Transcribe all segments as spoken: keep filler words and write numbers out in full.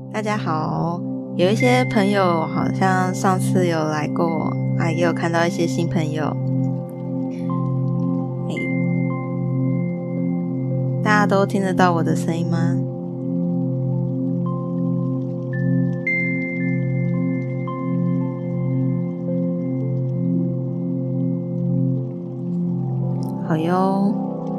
大家好，有一些朋友好像上次有来过啊，也有看到一些新朋友。大家都听得到我的声音吗？好哟。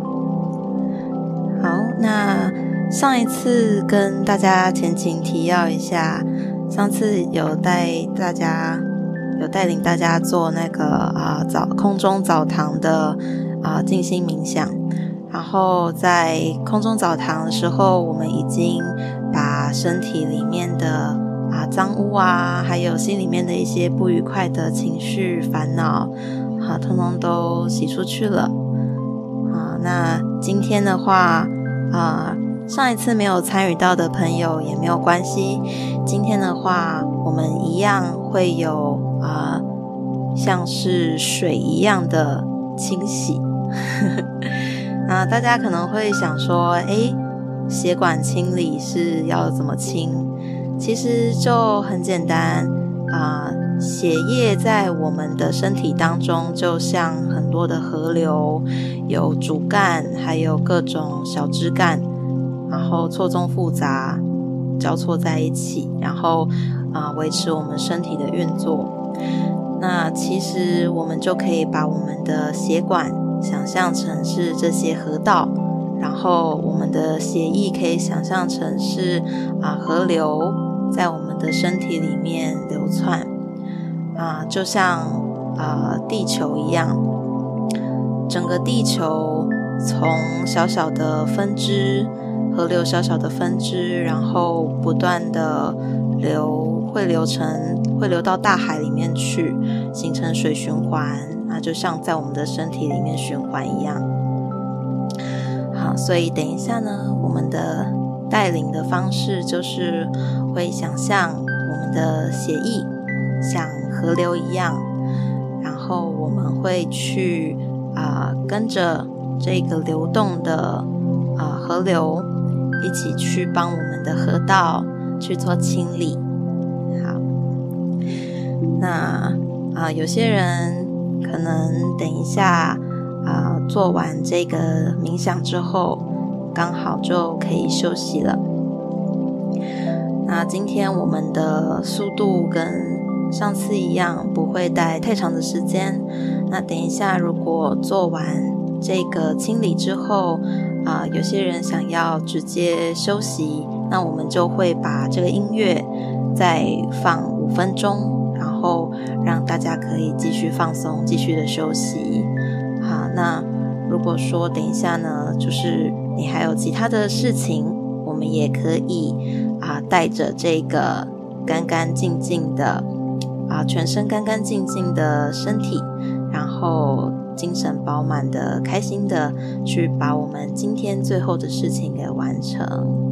好，那上一次跟大家前情提要一下，上次有带大家有带领大家做那个啊早空中澡堂的啊静心冥想，然后在空中澡堂的时候，我们已经把身体里面的啊脏污啊，还有心里面的一些不愉快的情绪、烦恼，啊，通通都洗出去了。啊，那今天的话，啊，上一次没有参与到的朋友也没有关系。今天的话，我们一样会有啊，像是水一样的清洗。那大家可能会想说，诶，血管清理是要怎么清？其实就很简单啊，血液在我们的身体当中，就像很多的河流，有主干，还有各种小枝干，然后错综复杂，交错在一起，然后啊维持我们身体的运作。那其实我们就可以把我们的血管想象成是这些河道，然后我们的血液可以想象成是啊河流，在我们的身体里面流窜啊，就像啊地球一样，整个地球从小小的分支，河流小小的分支，然后不断的流，会流成会流到大海里面去，形成水循环，那就像在我们的身体里面循环一样。好，所以等一下呢，我们的带领的方式就是会想象我们的血液像河流一样，然后我们会去啊、呃、跟着这个流动的啊、呃、河流一起去帮我们的河道去做清理。好，那啊、呃、有些人可能等一下啊、呃、做完这个冥想之后，刚好就可以休息了。那今天我们的速度跟上次一样，不会待太长的时间。那等一下如果做完这个清理之后啊、呃，有些人想要直接休息，那我们就会把这个音乐再放五分钟，然后让大家可以继续放松，继续的休息。好，那如果说等一下呢，就是你还有其他的事情，我们也可以啊、呃，带着这个干干净净的啊，全身干干净净的身体，然后精神饱满的、开心的去把我们今天最后的事情给完成。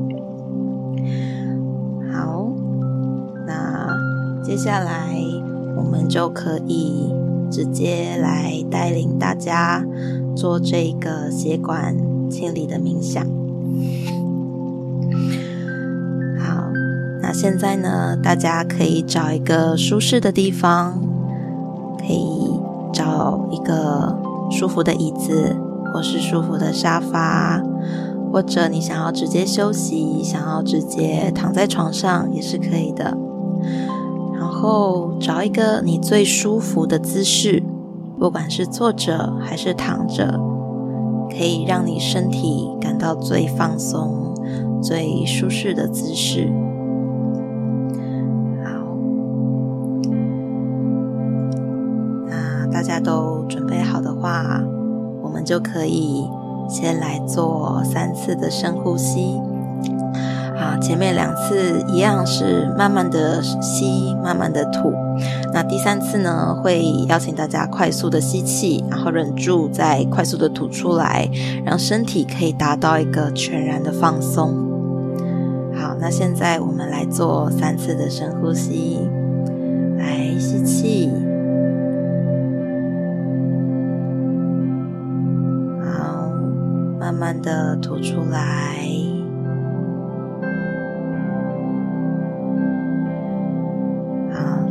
好，那接下来我们就可以直接来带领大家做这个血管清理的冥想。好，那现在呢，大家可以找一个舒适的地方，可以找一个舒服的椅子，或是舒服的沙发，或者你想要直接休息，想要直接躺在床上也是可以的。然后找一个你最舒服的姿势，不管是坐着还是躺着，可以让你身体感到最放松、最舒适的姿势。好，那大家都准备好的话，我们就可以先来做三次的深呼吸。啊，前面两次一样是慢慢的吸，慢慢的吐。那第三次呢，会邀请大家快速的吸气，然后忍住，再快速的吐出来，让身体可以达到一个全然的放松。好，那现在我们来做三次的深呼吸。来，吸气。好，慢慢的吐出来。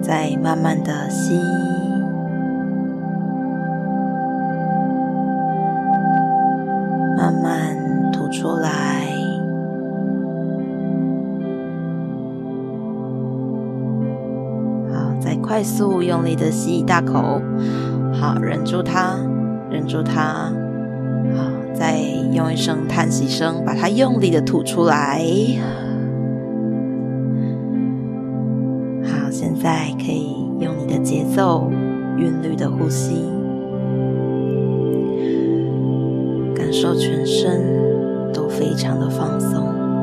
再慢慢的吸，慢慢吐出来。好，再快速用力的吸一大口，好，忍住它，忍住它。好，再用一声叹息声，把它用力的吐出来。好，现在可以用你的节奏韵律的呼吸，感受全身都非常的放松。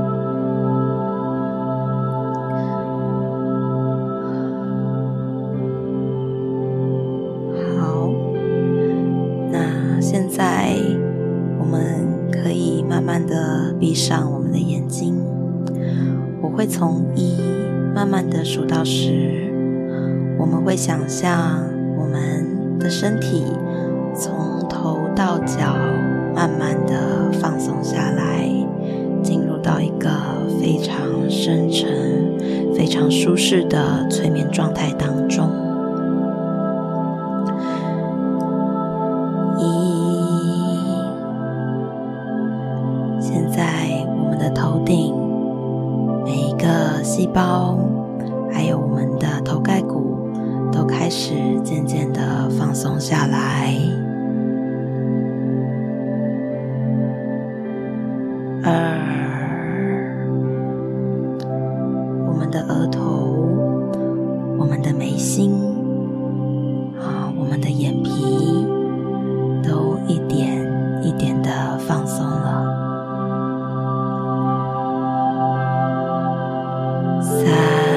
好，那现在我们可以慢慢的闭上我们的眼睛，我会从一慢慢的数到十，我们会想象我们的身体从头到脚慢慢的放松下来，进入到一个非常深沉、非常舒适的催眠状态当中。一，现在我们的头顶每一个细胞，还有我们的头盖骨都开始渐渐的放松下来。二，我们的额头，我们的眉心，啊，我们的眼皮都一点一点的放松了。三，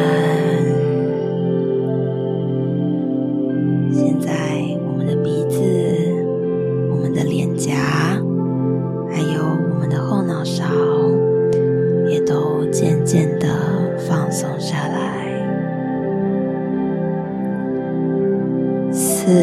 现在我们的鼻子，我们的脸颊，还有我们的后脑勺也都渐渐的放松下来。四，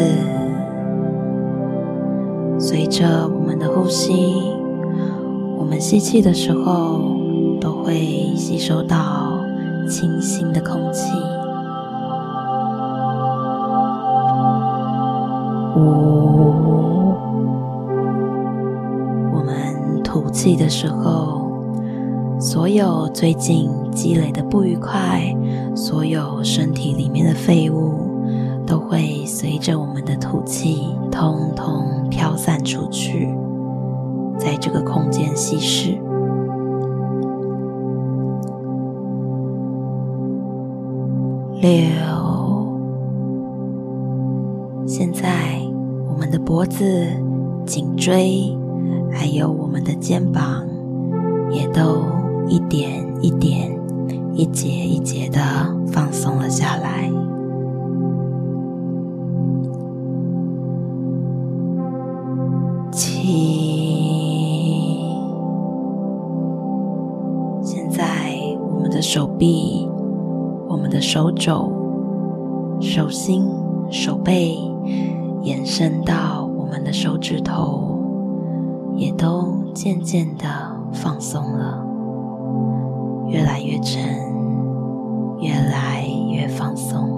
随着我们的呼吸，我们吸气的时候都会吸收到清新的空气。五，我们吐气的时候，所有最近积累的不愉快，所有身体里面的废物，都会随着我们的吐气通通飘散出去，在这个空间稀释。六，现在我们的脖子、颈椎还有我们的肩膀也都一点一点、一节一节的放松了下来。七，现在我们的手臂、我们的手肘、手心、手背延伸到我们的手指头，也都渐渐的放松了，越来越沉，越来越放松。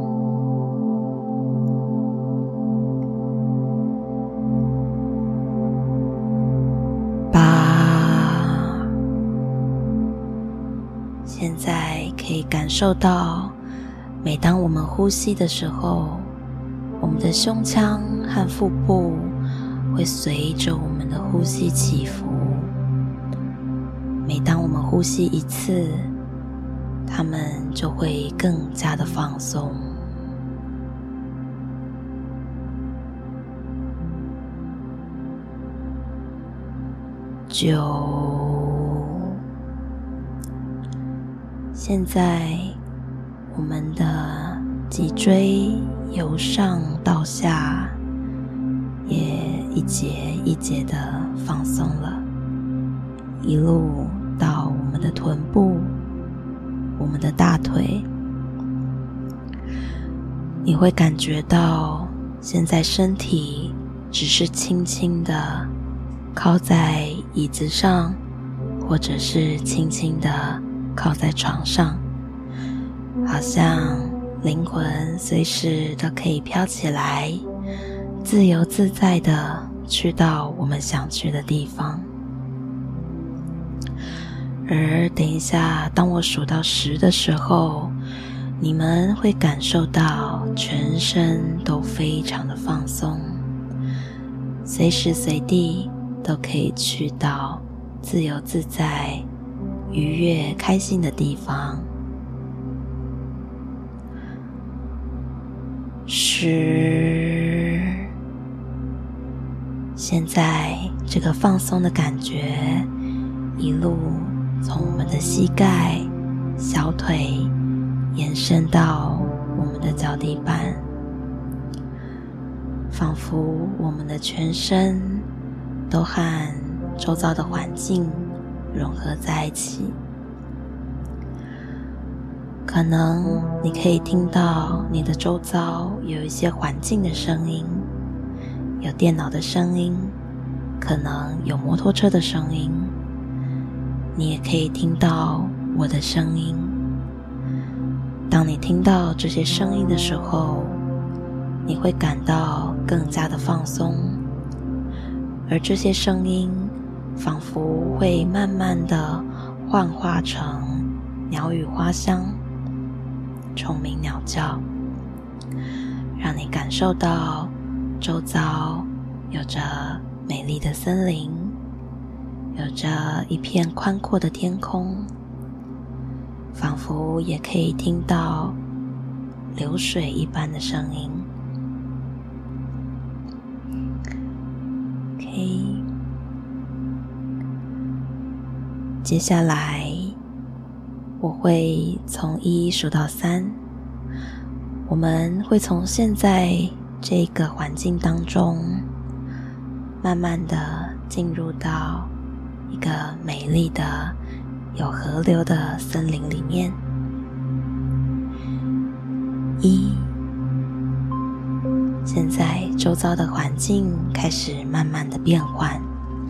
八，现在可以感受到，每当我们呼吸的时候，我们的胸腔和腹部会随着我们的呼吸起伏。每当我们呼吸一次，它们就会更加的放松。九，现在我们的脊椎由上到下也一节一节的放松了，一路到我们的臀部、我们的大腿。你会感觉到现在身体只是轻轻的靠在椅子上，或者是轻轻的靠在床上，好像灵魂随时都可以飘起来，自由自在的去到我们想去的地方。而等一下，当我数到十的时候，你们会感受到全身都非常的放松，随时随地都可以去到自由自在、愉悦、开心的地方。十，现在这个放松的感觉一路从我们的膝盖、小腿延伸到我们的脚底板，仿佛我们的全身都和周遭的环境融合在一起。可能你可以听到你的周遭有一些环境的声音，有电脑的声音，可能有摩托车的声音，你也可以听到我的声音。当你听到这些声音的时候，你会感到更加的放松，而这些声音仿佛会慢慢的幻化成鸟语花香、虫鸣鸟叫，让你感受到周遭有着美丽的森林，有着一片宽阔的天空，仿佛也可以听到流水一般的声音。 OK， 接下来我会从一数到三，我们会从现在这个环境当中慢慢的进入到一个美丽的有河流的森林里面。一，现在周遭的环境开始慢慢的变换。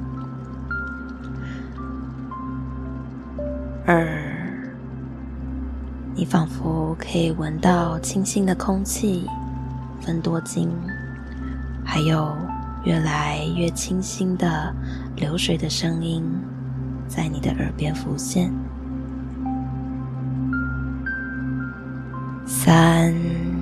二，你仿佛可以闻到清新的空气、芬多精，还有越来越清新的流水的声音在你的耳边浮现。三，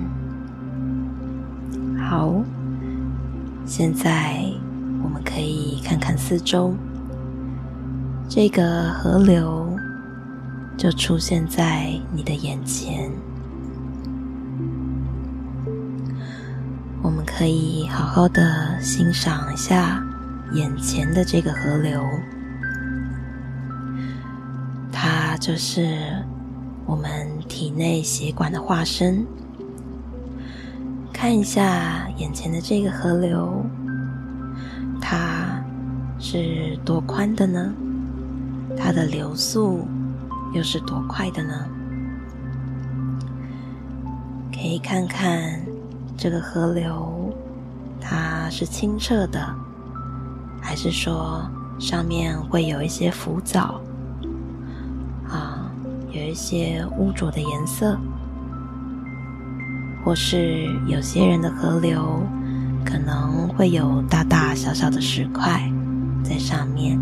好，现在我们可以看看四周，这个河流就出现在你的眼前。我们可以好好的欣赏一下眼前的这个河流，它就是我们体内血管的化身。看一下眼前的这个河流，它是多宽的呢？它的流速又是多快的呢？可以看看这个河流，它是清澈的，还是说上面会有一些浮藻啊，有一些污浊的颜色，或是有些人的河流可能会有大大小小的石块在上面。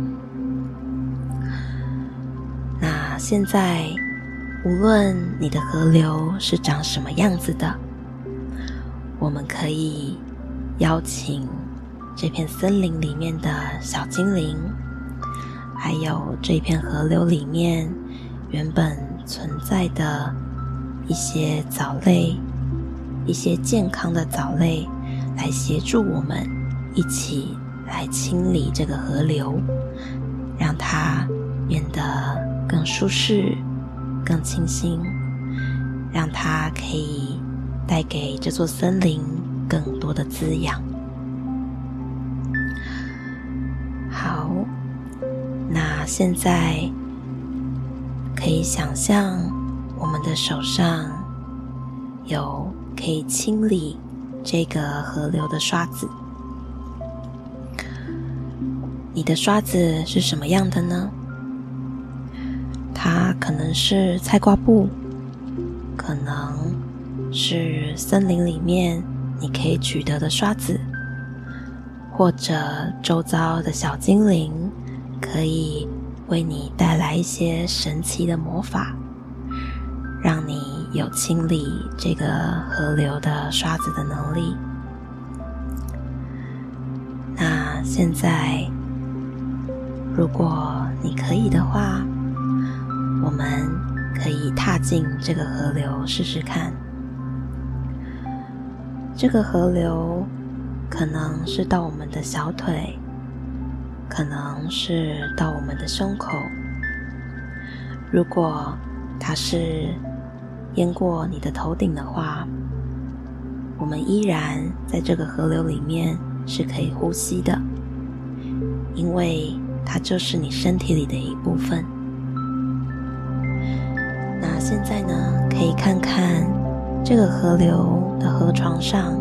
那现在无论你的河流是长什么样子的，我们可以邀请这片森林里面的小精灵，还有这片河流里面原本存在的一些藻类，一些健康的藻类，来协助我们一起来清理这个河流，让它变得更舒适、更清新，让它可以带给这座森林更多的滋养。好，那现在可以想象我们的手上有可以清理这个河流的刷子。你的刷子是什么样的呢？它可能是菜瓜布，可能是森林里面你可以取得的刷子，或者周遭的小精灵可以为你带来一些神奇的魔法，让你有清理这个河流的刷子的能力。那现在如果你可以的话，我们可以踏进这个河流试试看。这个河流可能是到我们的小腿，可能是到我们的胸口。如果它是淹过你的头顶的话，我们依然在这个河流里面是可以呼吸的，因为它就是你身体里的一部分。那现在呢，可以看看这个河流的河床上，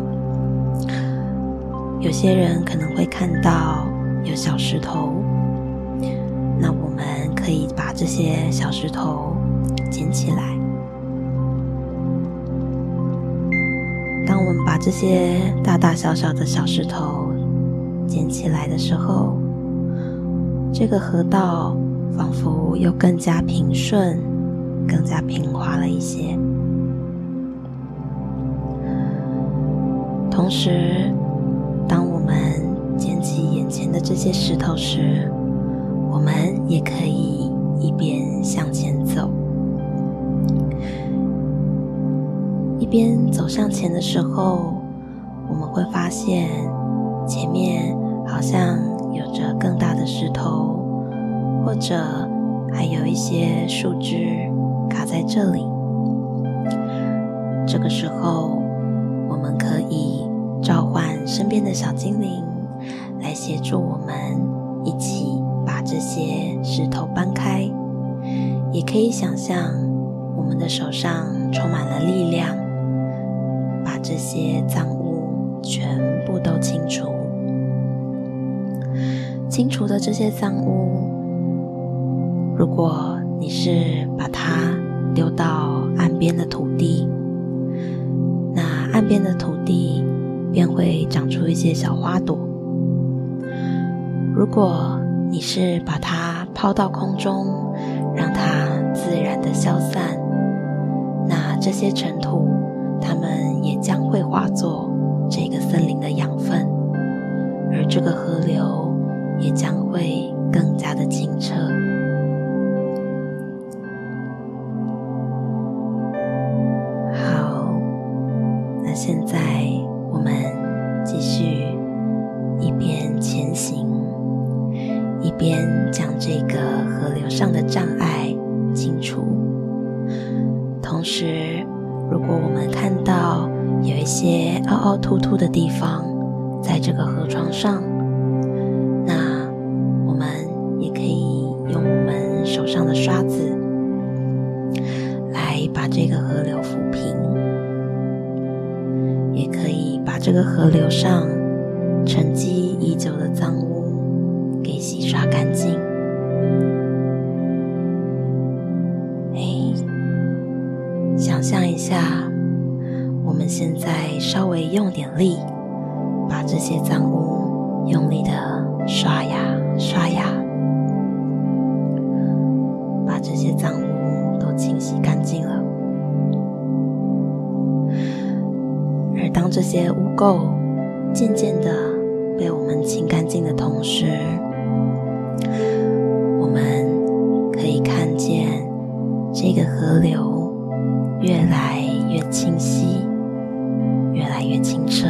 有些人可能会看到有小石头，那我们可以把这些小石头捡起来。当我们把这些大大小小的小石头捡起来的时候，这个河道仿佛又更加平顺，更加平滑了一些。同时，当我们捡起眼前的这些石头时，我们也可以一边向前走。一边走向前的时候，我们会发现前面好像有着更大的石头，或者还有一些树枝卡在这里。这个时候，我们可以召唤身边的小精灵来协助我们一起把这些石头搬开，也可以想象我们的手上充满了力量，把这些脏物全部都清除。清除的这些脏物，如果你是把它丢到岸边的土地，那岸边的土地便会长出一些小花朵。如果你是把它抛到空中，让它自然的消散，那这些尘土它们也将会化作这个森林的养分，而这个河流也将会更加的清澈。好，那现在我们继续一边前行，一边将这个河流上的障碍清除。同时，如果我们看到有一些凹凹凸凸的地方在这个河床上，那我们也可以用我们手上的刷子来把这个河流抚平，也可以把这个河流上沉积已久的脏污给洗刷干净。想象一下，我们现在稍微用点力，把这些脏污用力的刷呀刷呀，把这些脏污都清洗干净了。而当这些污垢渐渐的被我们清干净的同时，我们可以看见这个河流越来越清晰，越来越清澈。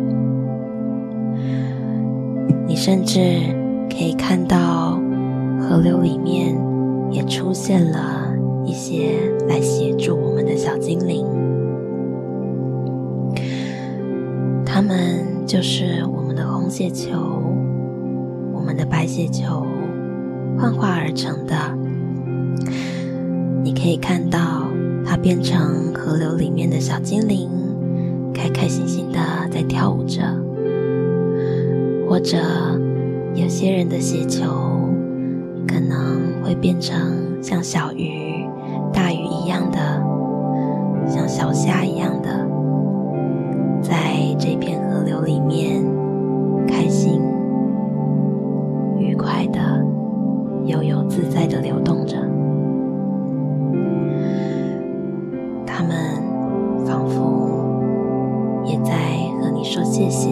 你甚至可以看到河流里面也出现了一些来协助我们的小精灵，它们就是我们的红血球、我们的白血球幻化而成的。你可以看到它变成河流里面的小精灵，开开心心的在跳舞着。或者有些人的血球可能会变成像小鱼、大鱼一样的，像小虾一样的， 这片河流里面开心、愉快的、悠游自在的流动着。它们仿佛也在和你说谢谢，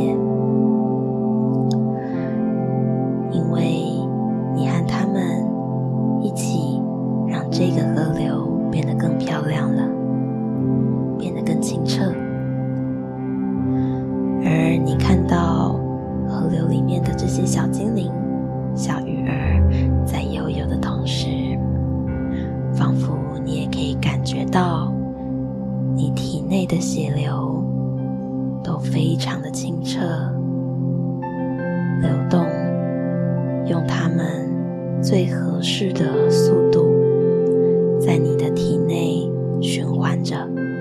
因为你和他们一起让这个河流变得更漂亮了，变得更清澈。而你看到河流里面的这些小精灵、小鱼儿在游游的同时，仿佛你也可以感觉到你体内的血流都非常的清澈流动，用它们最合适的速度在你的体内循环着。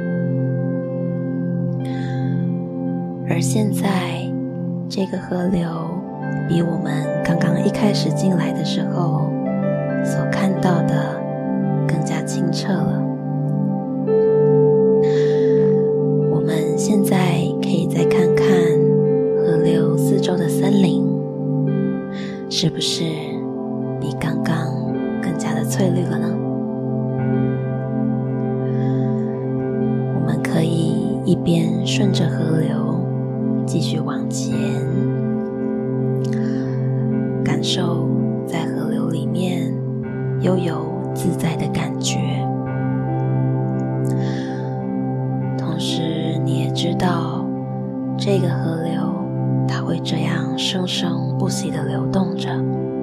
而现在这个河流比我们刚刚一开始进来的时候所看到的更加清澈了。我们现在可以再看看河流四周的森林，是不是比刚刚更加的翠绿了呢？我们可以一边顺着河流继续往前，感受在河流里面悠游自在的感觉。同时你也知道这个河流它会这样生生不息地流动着，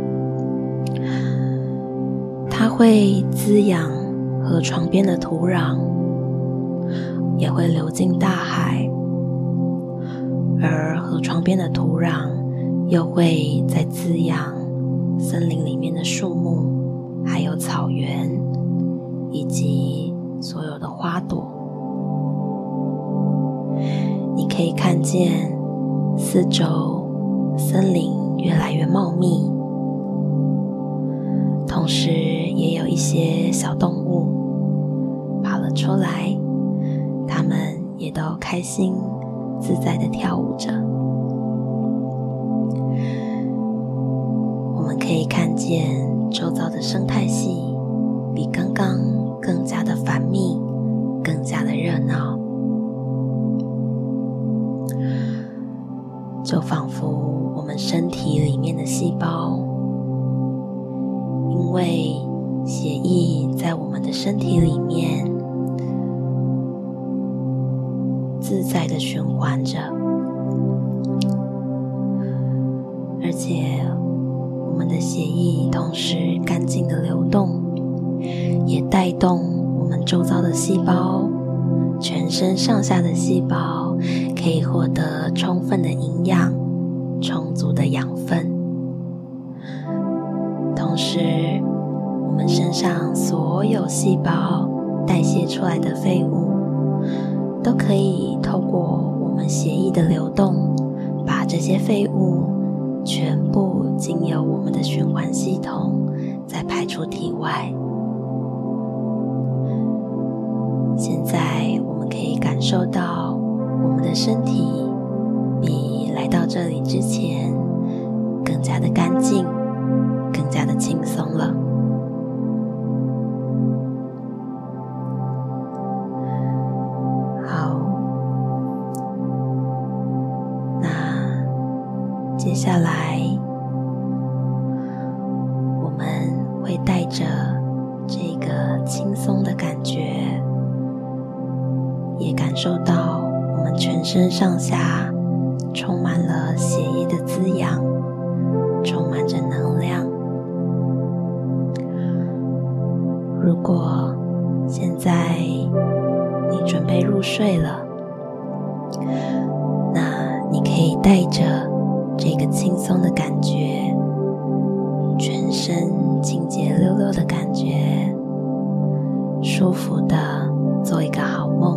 它会滋养河床边的土壤，也会流进大海，而河床边的土壤又会再滋养森林里面的树木，还有草原，以及所有的花朵。你可以看见四周森林越来越茂密，同时也有一些小动物跑了出来，它们也都开心自在地跳舞着。我们可以看见周遭的生态系比刚刚更加的繁密，更加的热闹，就仿佛我们身体里面的细胞，因为血液在我们的身体里面自在地循环着，而且我们的血液同时干净的流动，也带动我们周遭的细胞，全身上下的细胞可以获得充分的营养，充足的养分。同时我们身上所有细胞代谢出来的废物都可以透过我们血液的流动，把这些废物全部经由我们的循环系统再排出体外。现在我们可以感受到我们的身体比来到这里之前更加的干净，更加的轻松了。接下来我们会带着这个轻松的感觉，也感受到我们全身上下充满了血液的滋养，充满着能量。如果现在你准备入睡了，那你可以带着这个轻松的感觉，全身清洁溜溜的感觉，舒服的做一个好梦。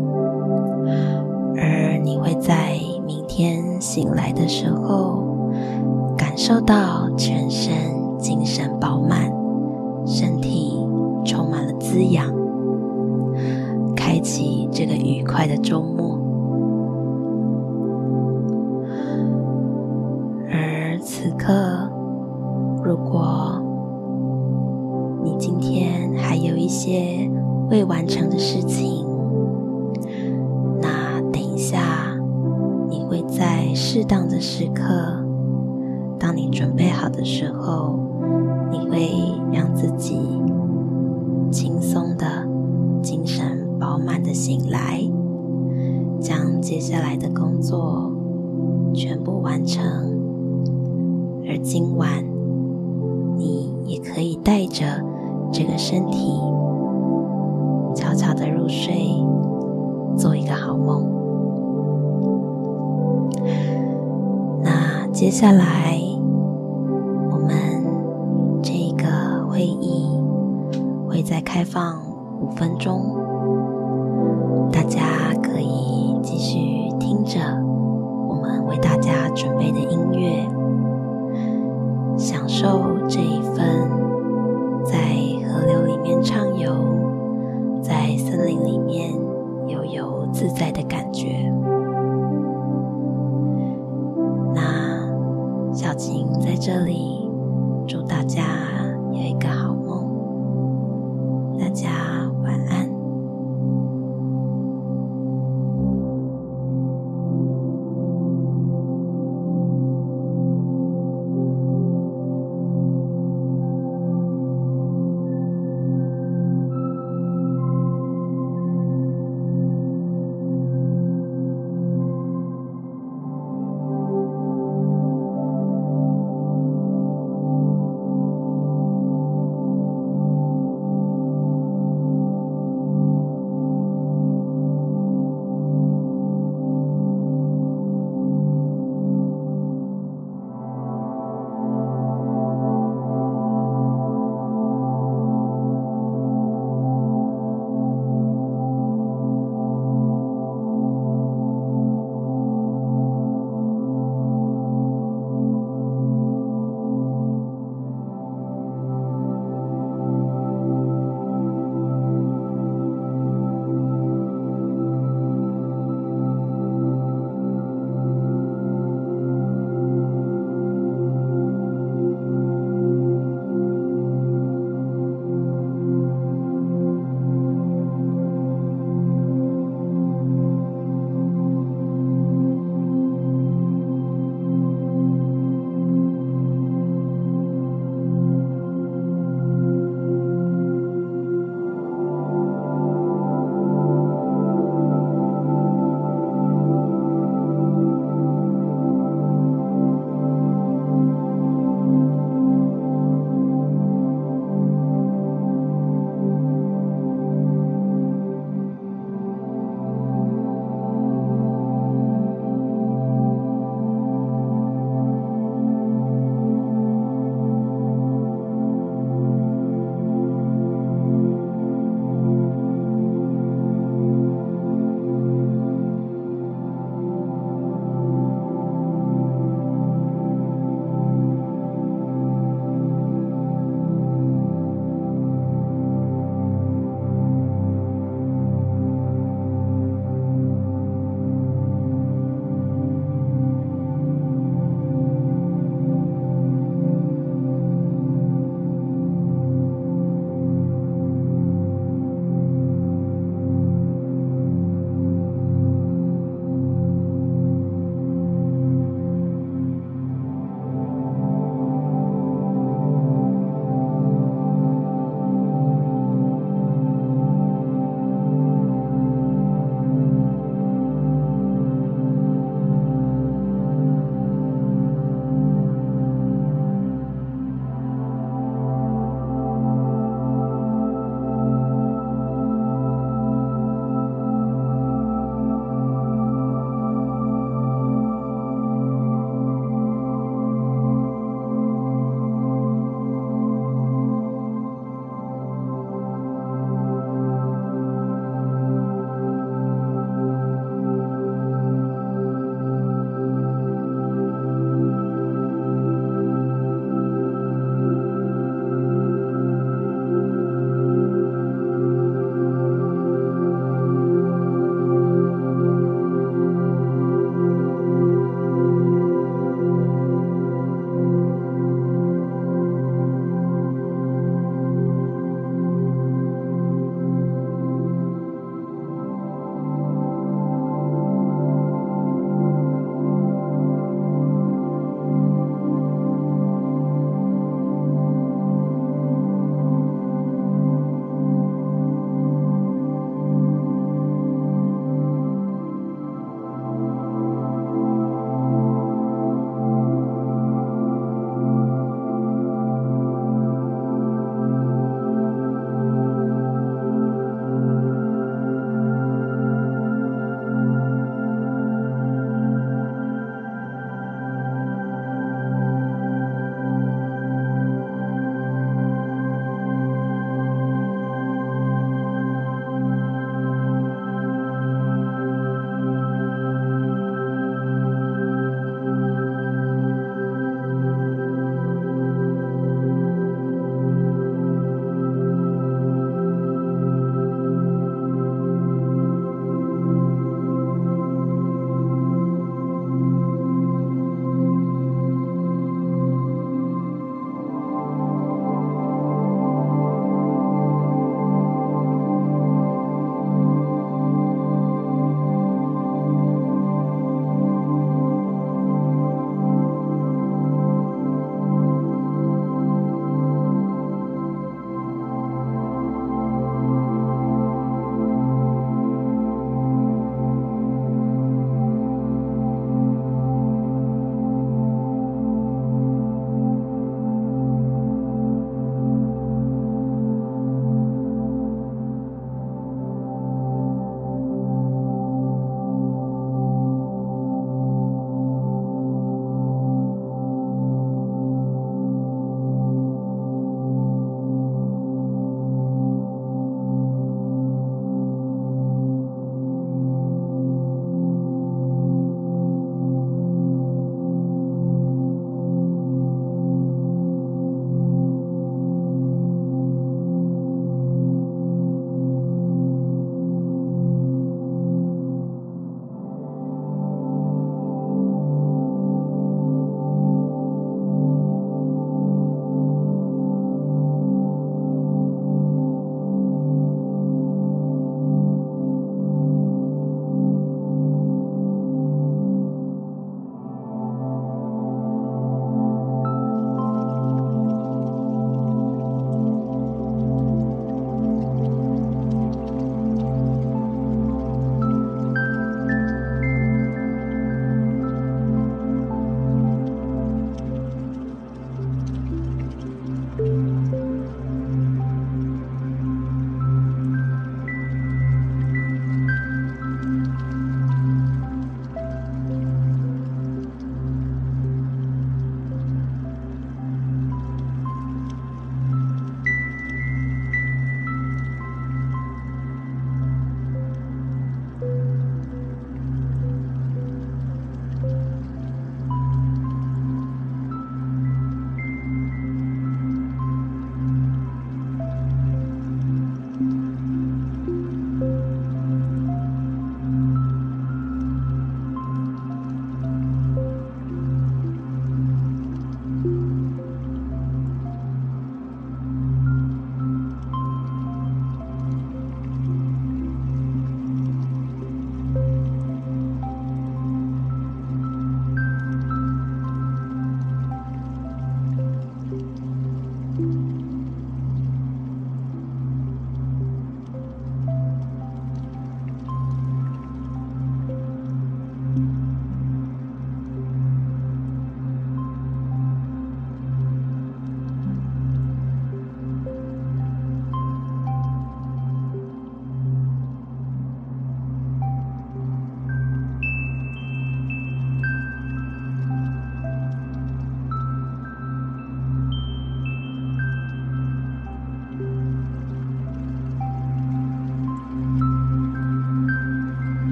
而你会在明天醒来的时候，感受到全身精神饱满，身体充满了滋养，开启这个愉快的周末。 些未完成的事情。那等一下，你会在适当的时刻，当你准备好的时候，你会让自己轻松的、精神饱满的醒来，将接下来的工作全部完成。而今晚，你也可以带着这个身体悄悄的入睡，做一个好梦。那接下来我们这个会议会再开放五分钟，大家可以继续听着我们为大家准备的音乐，享受这一份在河流里面畅游，在森林里面悠游自在的感觉。那小晴在这里